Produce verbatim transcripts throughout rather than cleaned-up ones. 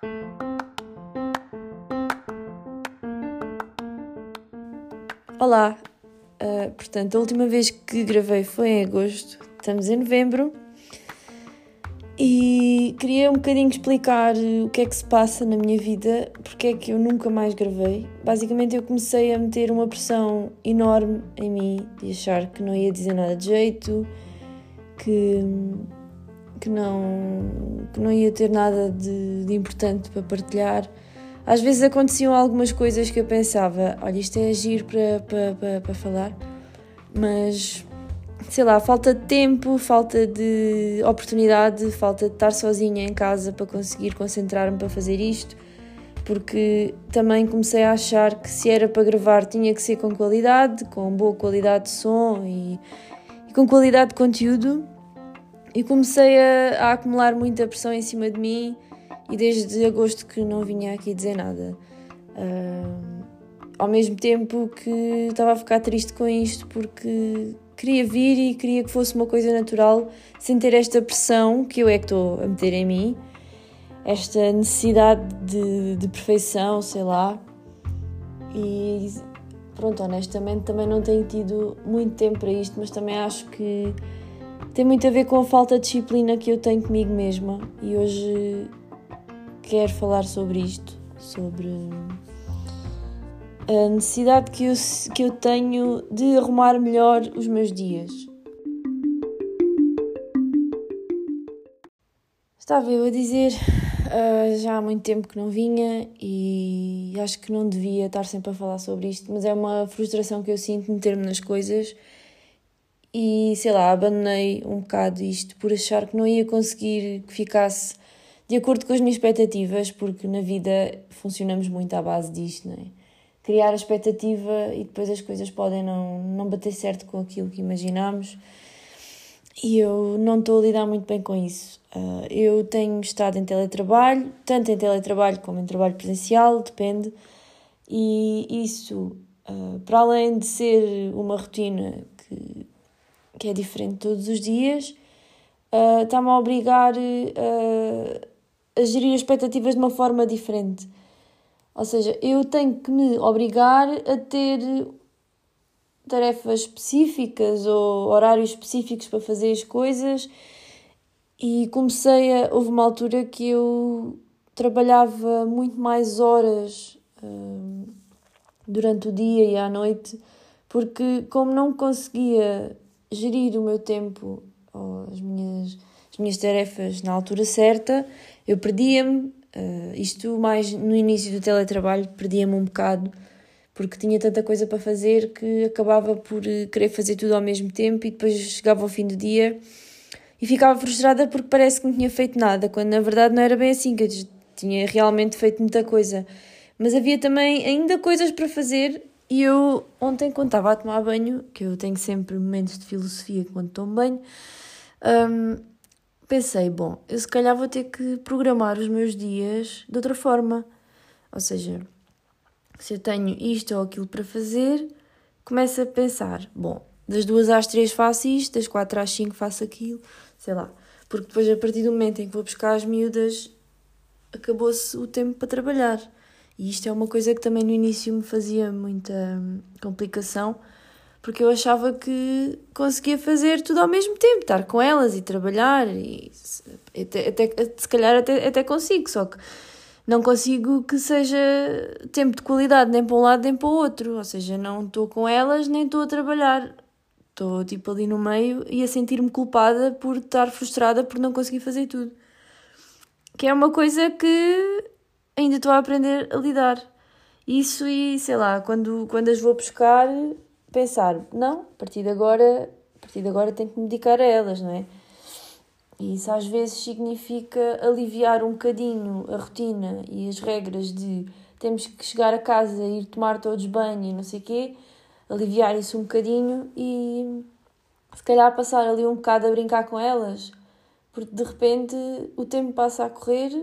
Olá, uh, portanto, a última vez que gravei foi em agosto, estamos em novembro e queria um bocadinho explicar o que é que se passa na minha vida, porque é que eu nunca mais gravei. Basicamente eu comecei a meter uma pressão enorme em mim, de achar que não ia dizer nada de jeito, que, que, não, que não ia ter nada de, de importante para partilhar. Às vezes aconteciam algumas coisas que eu pensava, olha, isto é agir para, para, para, para falar, mas, sei lá, falta de tempo, falta de oportunidade, falta de estar sozinha em casa para conseguir concentrar-me para fazer isto, porque também comecei a achar que se era para gravar tinha que ser com qualidade, com boa qualidade de som e, e com qualidade de conteúdo, e comecei a, a acumular muita pressão em cima de mim. E desde agosto que não vinha aqui dizer nada. Uh, ao mesmo tempo que estava a ficar triste com isto, porque queria vir e queria que fosse uma coisa natural, sem ter esta pressão que eu é que estou a meter em mim, esta necessidade de, de perfeição, sei lá. E pronto, honestamente também não tenho tido muito tempo para isto, mas também acho que tem muito a ver com a falta de disciplina que eu tenho comigo mesma. E hoje quero falar sobre isto, sobre a necessidade que eu, que eu tenho de arrumar melhor os meus dias. Estava eu a dizer, uh, já há muito tempo que não vinha e acho que não devia estar sempre a falar sobre isto, mas é uma frustração que eu sinto de meter-me nas coisas e, sei lá, abandonei um bocado isto por achar que não ia conseguir que ficasse de acordo com as minhas expectativas, porque na vida funcionamos muito à base disto, não é? Criar a expectativa e depois as coisas podem não, não bater certo com aquilo que imaginámos e eu não estou a lidar muito bem com isso. Uh, eu tenho estado em teletrabalho, tanto em teletrabalho como em trabalho presencial, depende, e isso, uh, para além de ser uma rotina que, que é diferente todos os dias, uh, está-me a obrigar a uh, a gerir as expectativas de uma forma diferente. Ou seja, eu tenho que me obrigar a ter tarefas específicas ou horários específicos para fazer as coisas e comecei a... Houve uma altura que eu trabalhava muito mais horas hum, durante o dia e à noite, porque como não conseguia gerir o meu tempo ou as minhas, as minhas tarefas na altura certa, eu perdia-me, uh, isto mais no início do teletrabalho, perdia-me um bocado, porque tinha tanta coisa para fazer que acabava por querer fazer tudo ao mesmo tempo e depois chegava ao fim do dia e ficava frustrada porque parece que não tinha feito nada, quando na verdade não era bem assim, que eu tinha realmente feito muita coisa. Mas havia também ainda coisas para fazer e eu ontem, quando estava a tomar banho, que eu tenho sempre momentos de filosofia quando tomo banho, um, pensei, bom, eu se calhar vou ter que programar os meus dias de outra forma. Ou seja, se eu tenho isto ou aquilo para fazer, começo a pensar, bom, das duas às três faço isto, das quatro às cinco faço aquilo, sei lá. Porque depois, a partir do momento em que vou buscar as miúdas, acabou-se o tempo para trabalhar. E isto é uma coisa que também no início me fazia muita complicação, porque eu achava que conseguia fazer tudo ao mesmo tempo, estar com elas e trabalhar, e até, até, se calhar até, até consigo, só que não consigo que seja tempo de qualidade nem para um lado nem para o outro, ou seja, não estou com elas nem estou a trabalhar, estou tipo ali no meio e a sentir-me culpada por estar frustrada por não conseguir fazer tudo, que é uma coisa que ainda estou a aprender a lidar. Isso e, sei lá, quando, quando as vou buscar, pensar, não, a partir de agora, a partir de agora tenho que me dedicar a elas, não é? E isso às vezes significa aliviar um bocadinho a rotina e as regras de temos que chegar a casa, ir tomar todos banho e não sei o quê, aliviar isso um bocadinho e se calhar passar ali um bocado a brincar com elas, porque de repente o tempo passa a correr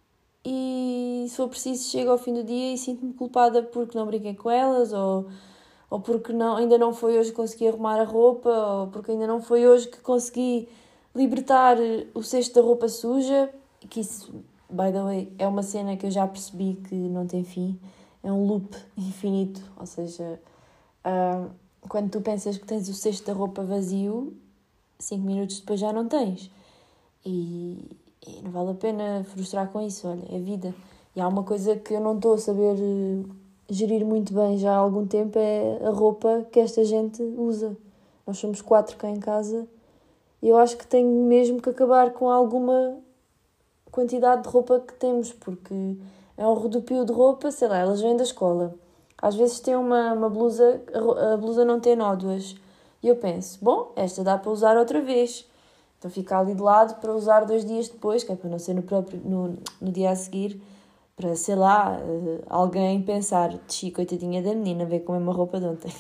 e se for preciso chego ao fim do dia e sinto-me culpada porque não brinquei com elas ou, ou porque não, ainda não foi hoje que consegui arrumar a roupa ou porque ainda não foi hoje que consegui libertar o cesto da roupa suja, que isso by the way, é uma cena que eu já percebi que não tem fim, é um loop infinito, ou seja, uh, quando tu pensas que tens o cesto da roupa vazio, cinco minutos depois já não tens. E, e não vale a pena frustrar com isso, olha, é vida. E há uma coisa que eu não estou a saber gerir muito bem já há algum tempo, é a roupa que esta gente usa. Nós somos quatro cá em casa e eu acho que tenho mesmo que acabar com alguma quantidade de roupa que temos, porque é um rodopio de roupa, sei lá, elas vêm da escola. Às vezes tem uma, uma blusa, a blusa não tem nódoas. E eu penso, bom, esta dá para usar outra vez. Então fica ali de lado para usar dois dias depois, que é para não ser no, próprio, no, no dia a seguir, para, sei lá, alguém pensar, tchi, coitadinha da menina, ver como é uma roupa de ontem.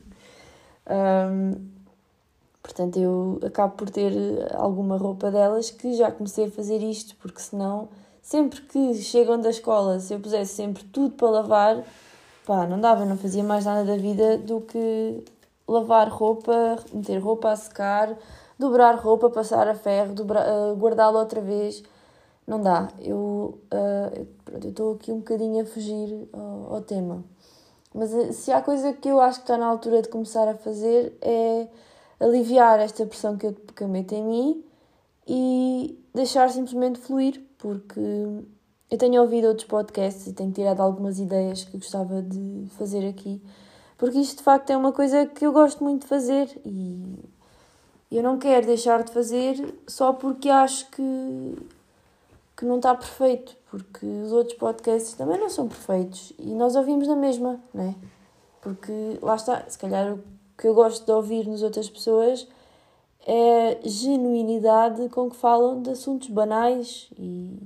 um, portanto, eu acabo por ter alguma roupa delas que já comecei a fazer isto, porque senão, sempre que chegam da escola, se eu pusesse sempre tudo para lavar, pá, não dava, não fazia mais nada da vida do que lavar roupa, meter roupa a secar, dobrar roupa, passar a ferro, dobrar, uh, guardá-la outra vez. Não dá. Eu uh, estou aqui um bocadinho a fugir ao, ao tema. Mas uh, se há coisa que eu acho que está na altura de começar a fazer é aliviar esta pressão que eu, que eu meto em mim e deixar simplesmente fluir, porque eu tenho ouvido outros podcasts e tenho tirado algumas ideias que eu gostava de fazer aqui, porque isto de facto é uma coisa que eu gosto muito de fazer e eu não quero deixar de fazer só porque acho que, que não está perfeito, porque os outros podcasts também não são perfeitos e nós ouvimos na mesma, não é? Porque lá está, se calhar o que eu gosto de ouvir nas outras pessoas é a genuinidade com que falam de assuntos banais e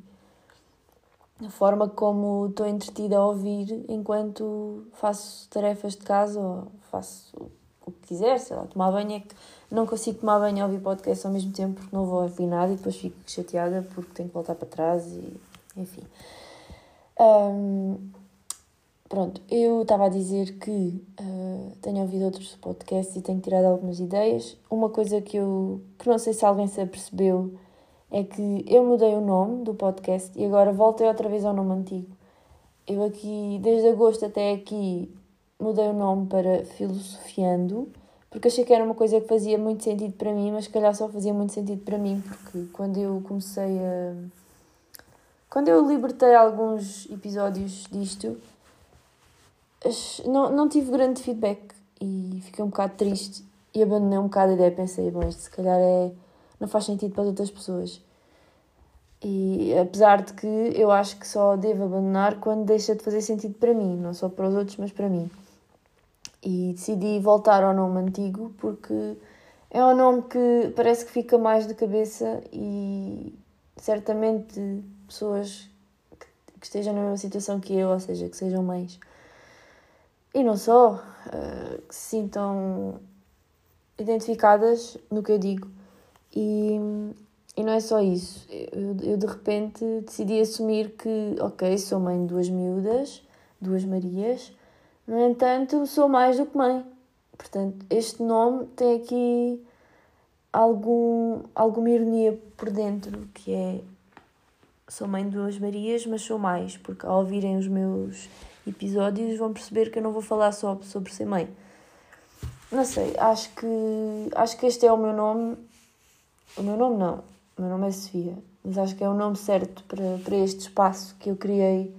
a forma como estou entretida a ouvir enquanto faço tarefas de casa ou faço o que quiser, sei lá, tomar banho. É que não consigo tomar banho e ouvir podcast ao mesmo tempo porque não vou ouvir nada e depois fico chateada porque tenho que voltar para trás e enfim. Um, pronto, eu estava a dizer que uh, tenho ouvido outros podcasts e tenho tirado algumas ideias. Uma coisa que eu que não sei se alguém se apercebeu é que eu mudei o nome do podcast e agora voltei outra vez ao nome antigo. Eu aqui, desde agosto até aqui, mudei o nome para Filosofiando, porque achei que era uma coisa que fazia muito sentido para mim, mas se calhar só fazia muito sentido para mim, porque quando eu comecei a... Quando eu libertei alguns episódios disto, não, não tive grande feedback e fiquei um bocado triste e abandonei um bocado a ideia. Pensei, bom, isto se calhar é... não faz sentido para as outras pessoas. E apesar de que eu acho que só devo abandonar quando deixa de fazer sentido para mim, não só para os outros, mas para mim. E decidi voltar ao nome antigo porque é um nome que parece que fica mais de cabeça e certamente pessoas que, que estejam na mesma situação que eu, ou seja, que sejam mães, e não só, uh, que se sintam identificadas no que eu digo. E, e não é só isso. Eu, eu de repente decidi assumir que, ok, sou mãe de duas miúdas, duas Marias, no entanto sou mais do que mãe. Portanto, este nome tem aqui algum, alguma ironia por dentro, que é, sou mãe de duas Marias, mas sou mais, porque ao ouvirem os meus episódios vão perceber que eu não vou falar só sobre ser mãe. Não sei, acho que, acho que este é o meu nome. O meu nome não, o meu nome é Sofia, mas acho que é o nome certo para, para este espaço que eu criei,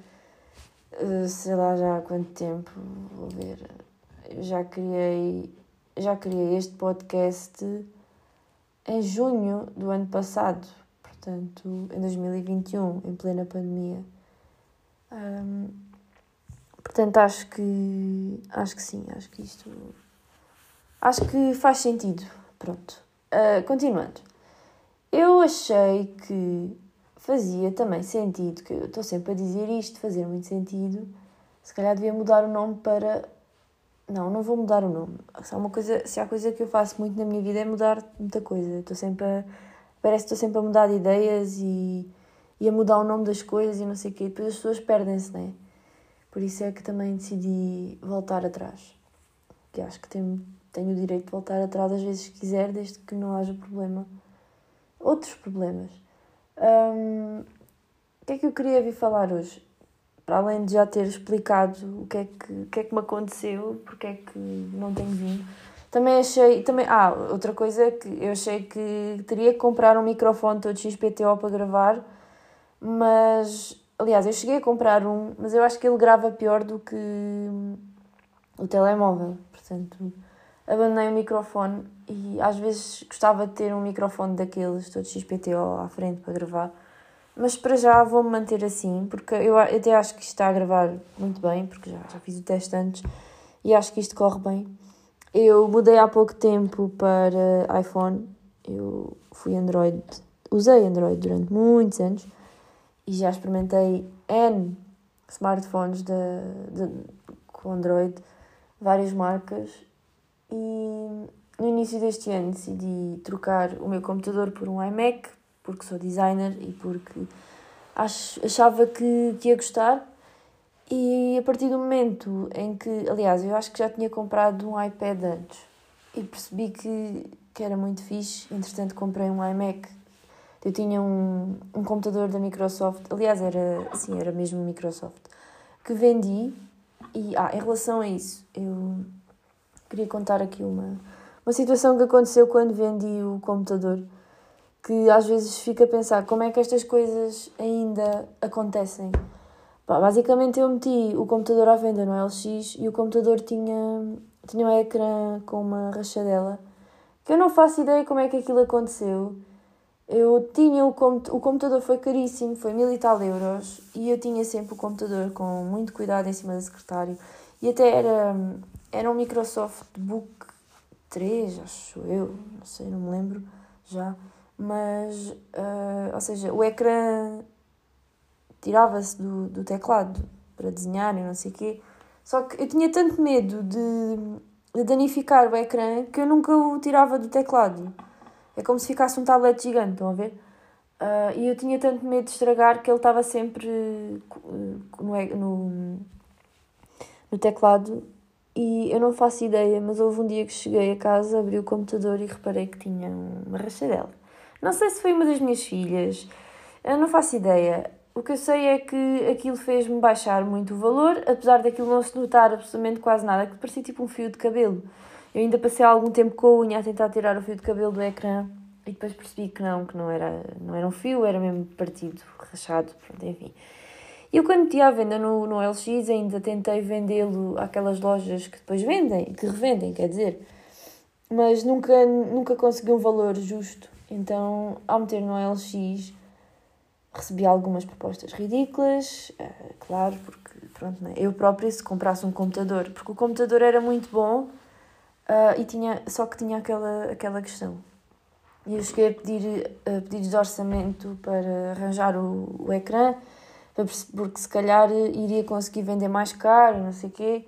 sei lá já há quanto tempo, vou ver, eu já criei, já criei este podcast em junho do ano passado, portanto, em dois mil e vinte e um, em plena pandemia. Um, portanto, acho que, acho que sim, acho que isto, acho que faz sentido, pronto. Uh, continuando. Eu achei que fazia também sentido, que eu estou sempre a dizer isto, fazer muito sentido, se calhar devia mudar o nome para... Não, não vou mudar o nome. Se há, uma coisa, se há coisa que eu faço muito na minha vida é mudar muita coisa. Estou sempre a... Parece que estou sempre a mudar de ideias e, e a mudar o nome das coisas e não sei o quê. E depois as pessoas perdem-se, não é? Por isso é que também decidi voltar atrás. Que acho que tenho, tenho o direito de voltar atrás às vezes que quiser, desde que não haja problema. Outros problemas. Um, que é que eu queria vir falar hoje? Para além de já ter explicado o que é que, o que, é que me aconteceu, porque é que não tenho vindo, também achei... Também, ah, outra coisa é que eu achei que teria que comprar um microfone todo X P T O para gravar, mas... Aliás, eu cheguei a comprar um, mas eu acho que ele grava pior do que o telemóvel. Portanto, abandonei o microfone e às vezes gostava de ter um microfone daqueles, todo X P T O, à frente para gravar. Mas para já vou-me manter assim, porque eu até acho que isto está a gravar muito bem, porque já, já fiz o teste antes e acho que isto corre bem. Eu mudei há pouco tempo para iPhone, eu fui Android, usei Android durante muitos anos e já experimentei N smartphones de, de, com Android, várias marcas, e no início deste ano decidi trocar o meu computador por um iMac, porque sou designer e porque ach, achava que, que ia gostar. E a partir do momento em que, aliás, eu acho que já tinha comprado um iPad antes e percebi que, que era muito fixe, entretanto comprei um iMac. Eu tinha um, um computador da Microsoft, aliás, era, sim, era mesmo Microsoft, que vendi. E, ah, em relação a isso, eu queria contar aqui uma, uma situação que aconteceu quando vendi o computador, que às vezes fico a pensar como é que estas coisas ainda acontecem. Pá, basicamente eu meti o computador à venda no L X e o computador tinha, tinha um ecrã com uma rachadela, que eu não faço ideia como é que aquilo aconteceu. Eu tinha o, comput- o computador foi caríssimo, foi mil e tal euros, e eu tinha sempre o computador com muito cuidado em cima do secretário. E até era, era um Microsoft Book três, acho eu, não sei, não me lembro já. Mas, uh, ou seja, o ecrã tirava-se do, do teclado para desenhar e não sei o quê. Só que eu tinha tanto medo de, de danificar o ecrã que eu nunca o tirava do teclado. É como se ficasse um tablet gigante, estão a ver? Uh, e eu tinha tanto medo de estragar que ele estava sempre uh, no, no, no teclado e eu não faço ideia, mas houve um dia que cheguei a casa, abri o computador e reparei que tinha uma rachadela. Não sei se foi uma das minhas filhas, eu não faço ideia. O que eu sei é que aquilo fez-me baixar muito o valor, apesar daquilo não se notar absolutamente quase nada, que parecia tipo um fio de cabelo. Eu ainda passei algum tempo com a unha a tentar tirar o fio de cabelo do ecrã e depois percebi que não, que não era, não era um fio, era mesmo partido, rachado, pronto, enfim. E eu quando tinha à venda no, no L X ainda tentei vendê-lo àquelas lojas que depois vendem, que revendem, quer dizer, mas nunca, nunca consegui um valor justo. Então, ao meter no L X, recebi algumas propostas ridículas, uh, claro, porque pronto, né? Eu própria, se comprasse um computador, porque o computador era muito bom, uh, e tinha, só que tinha aquela, aquela questão. E eu cheguei a pedir a pedidos de orçamento para arranjar o, o ecrã, porque se calhar iria conseguir vender mais caro, não sei o quê,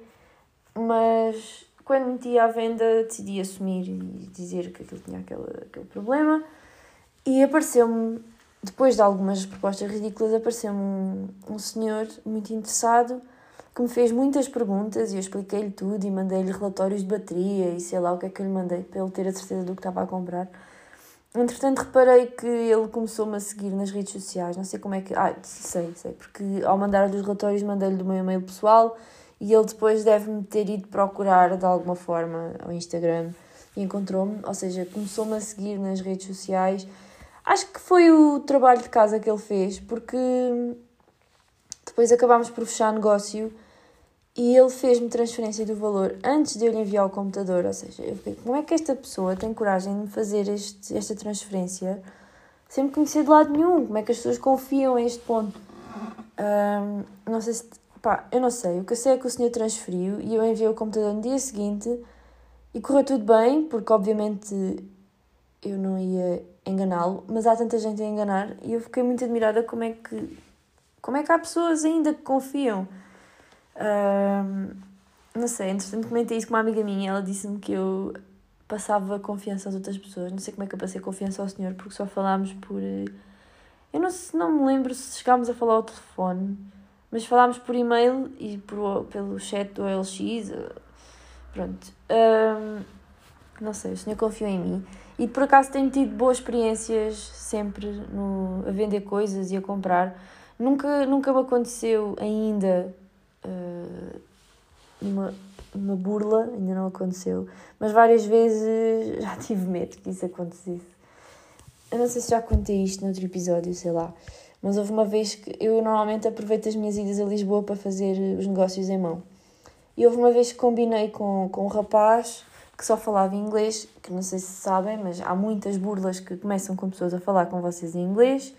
mas quando meti à venda decidi assumir e dizer que aquilo tinha aquele, aquele problema, e apareceu-me, depois de algumas propostas ridículas, apareceu-me um, um senhor muito interessado que me fez muitas perguntas e eu expliquei-lhe tudo e mandei-lhe relatórios de bateria e sei lá o que é que eu lhe mandei para ele ter a certeza do que estava a comprar. Entretanto, reparei que ele começou-me a seguir nas redes sociais, não sei como é que... Ah, sei, sei, porque ao mandar-lhe os relatórios mandei-lhe do meu e-mail pessoal e ele depois deve-me ter ido procurar de alguma forma ao Instagram e encontrou-me, ou seja, começou-me a seguir nas redes sociais. Acho que foi o trabalho de casa que ele fez, porque depois acabámos por fechar negócio e ele fez-me transferência do valor antes de eu lhe enviar o computador. Ou seja, eu fiquei, como é que esta pessoa tem coragem de me fazer este, esta transferência sem me conhecer de lado nenhum? Como é que as pessoas confiam a este ponto? Um, não sei se... Pá, eu não sei. O que eu sei é que o senhor transferiu e eu enviei o computador no dia seguinte e correu tudo bem, porque obviamente eu não ia enganá-lo, mas há tanta gente a enganar e eu fiquei muito admirada como é que, como é que há pessoas ainda que confiam. Um, não sei, entretanto comentei isso com uma amiga minha, ela disse-me que eu passava confiança às outras pessoas. Não sei como é que eu passei confiança ao senhor, porque só falámos por... Eu não, não me lembro se chegámos a falar ao telefone, mas falámos por e-mail e por, pelo chat do L X. Pronto. Um, não sei, o senhor confiou em mim. E por acaso tenho tido boas experiências sempre no, a vender coisas e a comprar. Nunca, nunca me aconteceu ainda uh, uma, uma burla, ainda não aconteceu, mas várias vezes já tive medo que isso acontecesse. Eu não sei se já contei isto noutro episódio, sei lá, mas houve uma vez que eu normalmente aproveito as minhas idas a Lisboa para fazer os negócios em mão. E houve uma vez que combinei com, com um rapaz que só falava inglês, que não sei se sabem, mas há muitas burlas que começam com pessoas a falar com vocês em inglês.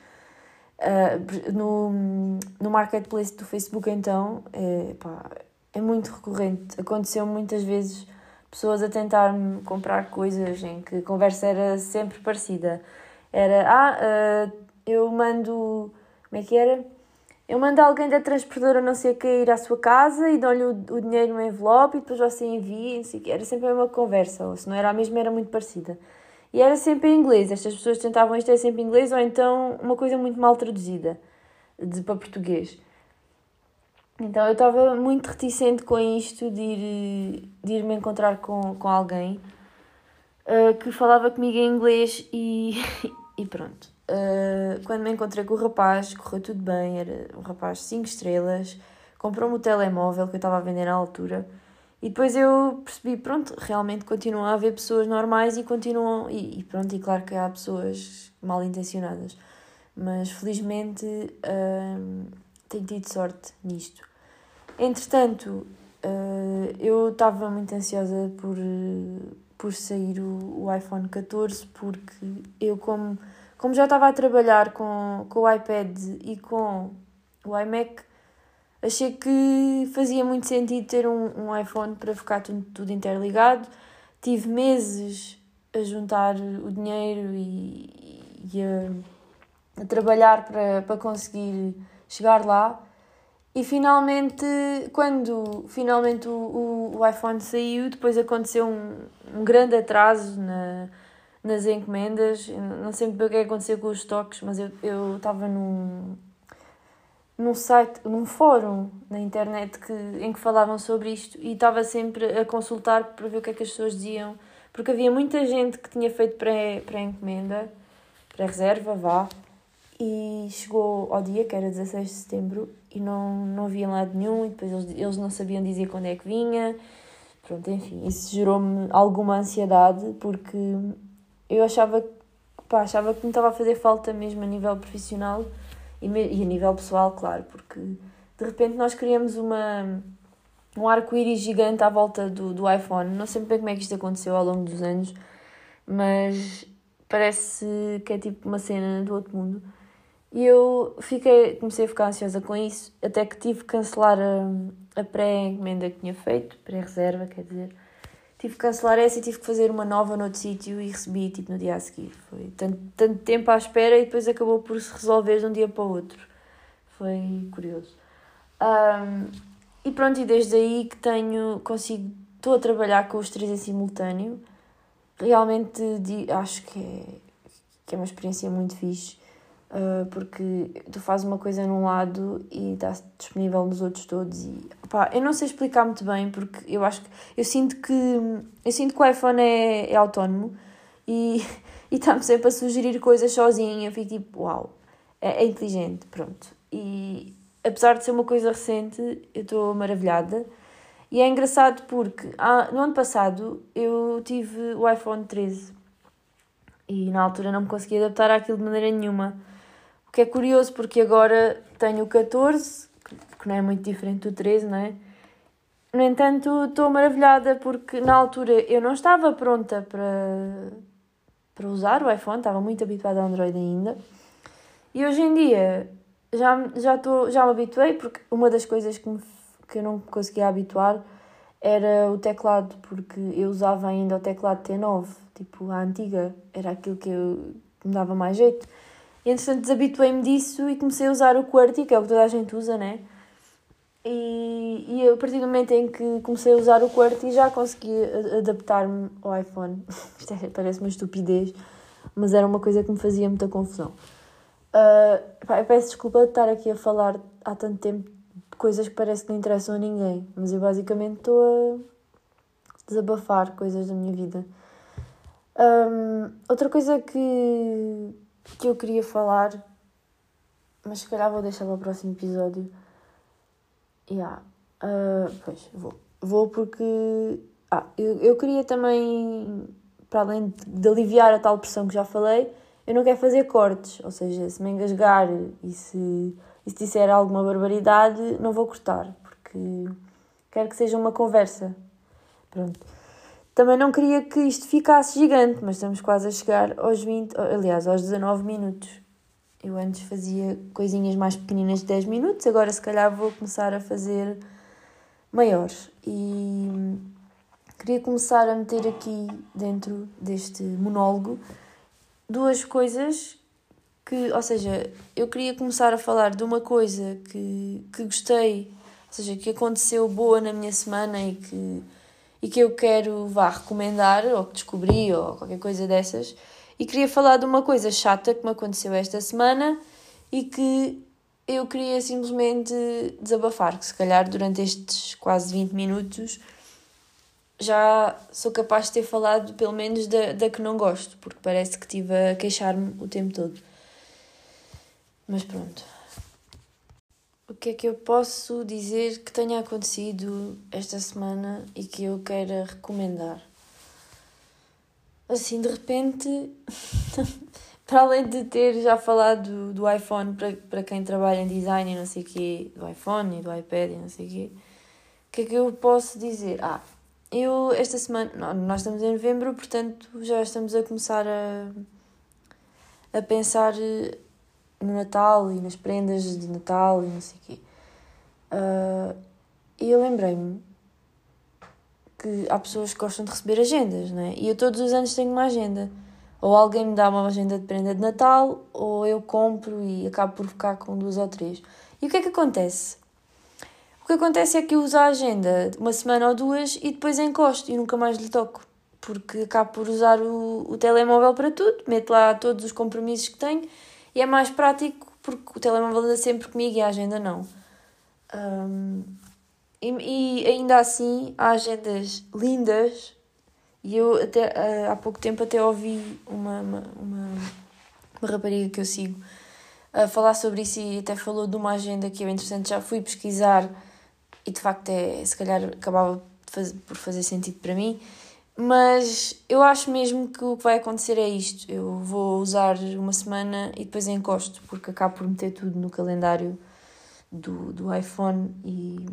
Uh, no, no marketplace do Facebook, então, é, pá, é muito recorrente. Aconteceu muitas vezes pessoas a tentar-me comprar coisas em que a conversa era sempre parecida. Era, ah, uh, eu mando, como é que era? Eu mando alguém da transportadora não sei o que ir à sua casa e dou-lhe o, o dinheiro no envelope e depois você envia, não sei o que. Era sempre a mesma conversa, ou se não era a mesma, era muito parecida. E era sempre em inglês, estas pessoas tentavam isto, era sempre em inglês, ou então uma coisa muito mal traduzida de, para português. Então eu estava muito reticente com isto de ir, de ir me encontrar com, com alguém uh, que falava comigo em inglês e, e pronto. Uh, quando me encontrei com o rapaz, correu tudo bem, era um rapaz cinco estrelas, comprou-me o telemóvel que eu estava a vender na altura. E depois eu percebi, pronto, realmente continuam a haver pessoas normais e continuam... E, e pronto, e claro que há pessoas mal intencionadas. Mas felizmente hum, tenho tido sorte nisto. Entretanto, uh, eu estava muito ansiosa por, por sair o, o iPhone catorze porque eu, como, como já estava a trabalhar com, com o iPad e com o iMac, achei que fazia muito sentido ter um, um iPhone para ficar tudo, tudo interligado. Tive meses a juntar o dinheiro e, e a, a trabalhar para, para conseguir chegar lá. E finalmente, quando finalmente o, o, o iPhone saiu, depois aconteceu um, um grande atraso na, nas encomendas. Não sei bem o que aconteceu com os estoques, mas eu eu estava num... num site, num fórum na internet que, em que falavam sobre isto e estava sempre a consultar para ver o que é que as pessoas diziam, porque havia muita gente que tinha feito pré, pré-encomenda, pré-reserva, vá, e chegou ao dia, que era dezasseis de setembro, e não, não havia lado nenhum, e depois eles, eles não sabiam dizer quando é que vinha. Pronto, enfim, isso gerou-me alguma ansiedade, porque eu achava, pá, achava que me estava a fazer falta mesmo a nível profissional, E, me, e a nível pessoal, claro, porque de repente nós criamos uma, um arco-íris gigante à volta do, do iPhone. Não sei bem como é que isto aconteceu ao longo dos anos, mas parece que é tipo uma cena do outro mundo. E eu fiquei, comecei a ficar ansiosa com isso, até que tive que cancelar a, a pré-encomenda que tinha feito, pré-reserva, quer dizer. Tive que cancelar essa e tive que fazer uma nova noutro sítio e recebi tipo no dia a seguir. Foi tanto, tanto tempo à espera e depois acabou por se resolver de um dia para o outro. Foi curioso. Um, e pronto, e desde aí que tenho, consigo, estou a trabalhar com os três em simultâneo. Realmente acho que é, que é uma experiência muito fixe, uh, porque tu fazes uma coisa num lado e está disponível nos outros todos. E, pá, eu não sei explicar muito bem, porque eu acho que eu sinto que eu sinto que o iPhone é, é autónomo e e está-me sempre a sugerir coisas sozinho. Eu fico tipo, uau, é, é inteligente, pronto. E apesar de ser uma coisa recente, eu estou maravilhada. E é engraçado porque ah, no ano passado eu tive o iPhone treze e na altura não me consegui adaptar àquilo de maneira nenhuma. O que é curioso porque agora tenho o catorze, que não é muito diferente do treze, não é? No entanto, estou maravilhada porque na altura eu não estava pronta para, para usar o iPhone, estava muito habituada ao Android ainda. E hoje em dia já, já, estou, já me habituei, porque uma das coisas que, me, que eu não conseguia habituar era o teclado, porque eu usava ainda o teclado T nove, tipo a antiga, era aquilo que, eu, que me dava mais jeito. E entretanto desabituei-me disso e comecei a usar o QWERTY, que é o que toda a gente usa, né? E, e a partir do momento em que comecei a usar o QWERTY já consegui adaptar-me ao iPhone. Isto é, parece uma estupidez, mas era uma coisa que me fazia muita confusão. Uh, pá, eu peço desculpa de estar aqui a falar há tanto tempo de coisas que parece que não interessam a ninguém, mas eu basicamente estou a desabafar coisas da minha vida. Um, outra coisa que, que eu queria falar mas se calhar vou deixar para o próximo episódio. Yeah. Uh, pois, vou. Vou porque... Ah, eu, eu queria também, para além de, de aliviar a tal pressão que já falei, eu não quero fazer cortes. Ou seja, se me engasgar e se, e se disser alguma barbaridade, não vou cortar. Porque quero que seja uma conversa. Pronto. Também não queria que isto ficasse gigante, mas estamos quase a chegar aos vinte... Aliás, aos dezanove minutos. Eu antes fazia coisinhas mais pequeninas de dez minutos, agora se calhar vou começar a fazer maiores. E queria começar a meter aqui dentro deste monólogo duas coisas que, ou seja, eu queria começar a falar de uma coisa que, que gostei, ou seja, que aconteceu boa na minha semana e que, e que eu quero, vá, recomendar, ou que descobri, ou qualquer coisa dessas. E queria falar de uma coisa chata que me aconteceu esta semana e que eu queria simplesmente desabafar, que se calhar durante estes quase vinte minutos já sou capaz de ter falado pelo menos da, da que não gosto, porque parece que estive a queixar-me o tempo todo. Mas pronto. O que é que eu posso dizer que tenha acontecido esta semana e que eu queira recomendar? Assim, de repente, para além de ter já falado do, do iPhone para, para quem trabalha em design e não sei o quê, do iPhone e do iPad e não sei o quê, o que é que eu posso dizer? Ah, eu esta semana, nós estamos em novembro, portanto já estamos a começar a, a pensar no Natal e nas prendas de Natal e não sei o quê. Uh, e eu lembrei-me que há pessoas que gostam de receber agendas, não é? E eu todos os anos tenho uma agenda. Ou alguém me dá uma agenda de prenda de Natal, ou eu compro e acabo por ficar com duas ou três. E o que é que acontece? O que acontece é que eu uso a agenda uma semana ou duas e depois encosto e nunca mais lhe toco. Porque acabo por usar o, o telemóvel para tudo, meto lá todos os compromissos que tenho e é mais prático porque o telemóvel anda sempre comigo e a agenda não. Um, e, e ainda assim há agendas lindas e eu até, há pouco tempo até ouvi uma, uma, uma, uma rapariga que eu sigo a falar sobre isso e até falou de uma agenda que eu, entretanto, já fui pesquisar e de facto é, se calhar acabava de fazer, por fazer sentido para mim, mas eu acho mesmo que o que vai acontecer é isto. Eu vou usar uma semana e depois encosto, porque acabo por meter tudo no calendário do, do iPhone e,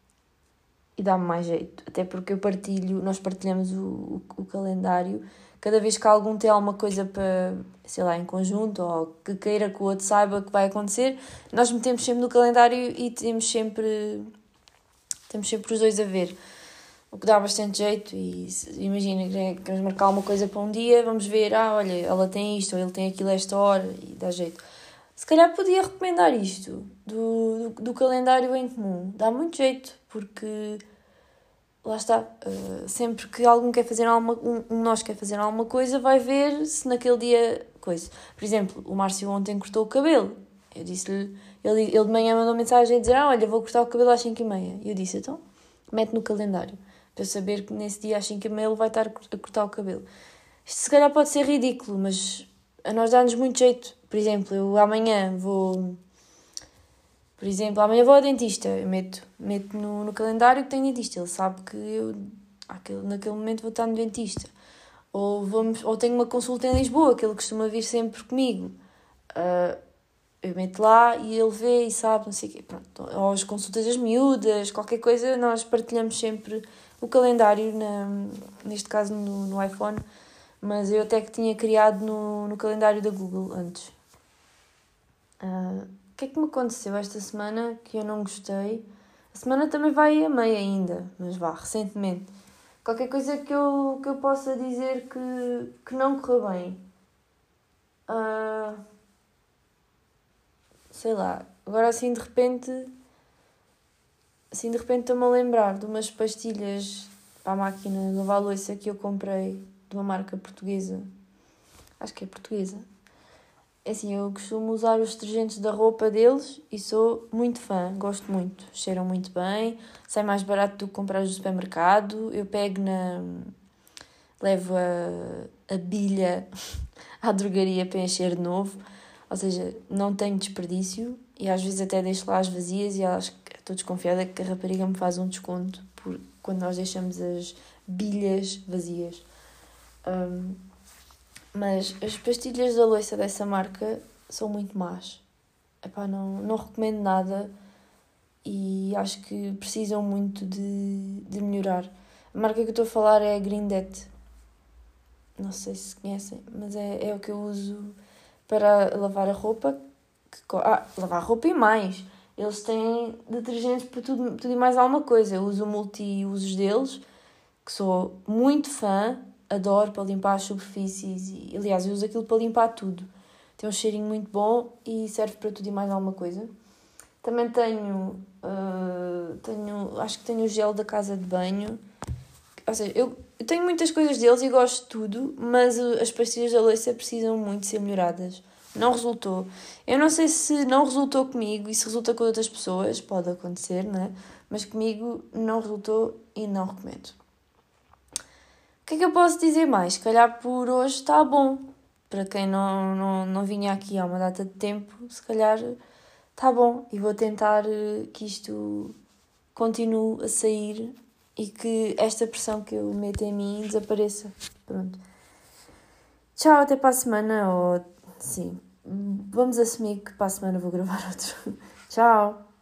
e dá-me mais jeito. Até porque eu partilho, nós partilhamos o, o, o calendário. Cada vez que algum tem alguma coisa para, sei lá, em conjunto ou que queira que o outro saiba que vai acontecer, nós metemos sempre no calendário e temos sempre, temos sempre os dois a ver. O que dá bastante jeito e imagina que queremos marcar uma coisa para um dia, vamos ver, ah, olha, ela tem isto ou ele tem aquilo a esta hora e dá jeito. Se calhar podia recomendar isto do, do, do calendário em comum. Dá muito jeito, porque lá está, uh, sempre que algum quer fazer alguma, um, um nós quer fazer alguma coisa, vai ver se naquele dia coisa. Por exemplo, o Márcio ontem cortou o cabelo. Eu disse-lhe, ele, ele de manhã mandou mensagem a dizer, ah, olha, vou cortar o cabelo às cinco e meia. E eu disse, então, mete no calendário, para eu saber que nesse dia às cinco e meia ele vai estar a cortar o cabelo. Isto se calhar pode ser ridículo, mas a nós dá-nos muito jeito. Por exemplo, eu amanhã vou... Por exemplo, amanhã vou ao dentista. Eu meto, meto no, no calendário que tenho dentista. Ele sabe que eu aquele, naquele momento vou estar no dentista. Ou, vamos, ou tenho uma consulta em Lisboa, que ele costuma vir sempre comigo. Uh, eu meto lá e ele vê e sabe, não sei o quê. Pronto. Ou as consultas das miúdas, qualquer coisa, nós partilhamos sempre o calendário, na, neste caso no, no iPhone. Mas eu até que tinha criado no, no calendário da Google antes. Uh, o que é que me aconteceu esta semana que eu não gostei? A semana também vai a meio ainda, mas vá, recentemente. Qualquer coisa que eu, que eu possa dizer que, que não correu bem. Uh, sei lá, agora assim de repente... Assim de repente estou-me a lembrar de umas pastilhas para a máquina de lavar a louça que eu comprei de uma marca portuguesa. Acho que é portuguesa. É assim, eu costumo usar os detergentes da roupa deles e sou muito fã, gosto muito. Cheiram muito bem, sai mais barato do que comprar no supermercado. Eu pego na... levo a, a bilha à drogaria para encher de novo. Ou seja, não tenho desperdício. e às vezes até deixo lá as vazias e acho que estou desconfiada que a rapariga me faz um desconto por, quando nós deixamos as bilhas vazias. Um, mas as pastilhas da louça dessa marca são muito más. Epá, não, não recomendo nada e acho que precisam muito de, de melhorar. A marca que eu estou a falar é a Grindet. Não sei se conhecem, mas é, é o que eu uso para lavar a roupa. Que, ah, lavar a roupa e mais. Eles têm detergentes para tudo, tudo e mais alguma coisa. Eu uso o multi-usos deles, que sou muito fã. Adoro para limpar as superfícies. E, aliás, eu uso aquilo para limpar tudo. Tem um cheirinho muito bom e serve para tudo e mais alguma coisa. Também tenho, uh, tenho acho que tenho o gel da casa de banho. Ou seja, eu, eu tenho muitas coisas deles e gosto de tudo, mas as pastilhas da louça precisam muito ser melhoradas. Não resultou. Eu não sei se não resultou comigo e se resulta com outras pessoas, pode acontecer, não é? Mas comigo não resultou e não recomendo. O que é que eu posso dizer mais? Se calhar por hoje está bom. Para quem não, não, não vinha aqui há uma data de tempo, se calhar está bom. E vou tentar que isto continue a sair e que esta pressão que eu meto em mim desapareça. Pronto. Tchau, até para a semana. Ou sim, vamos assumir que para a semana vou gravar outro. Tchau.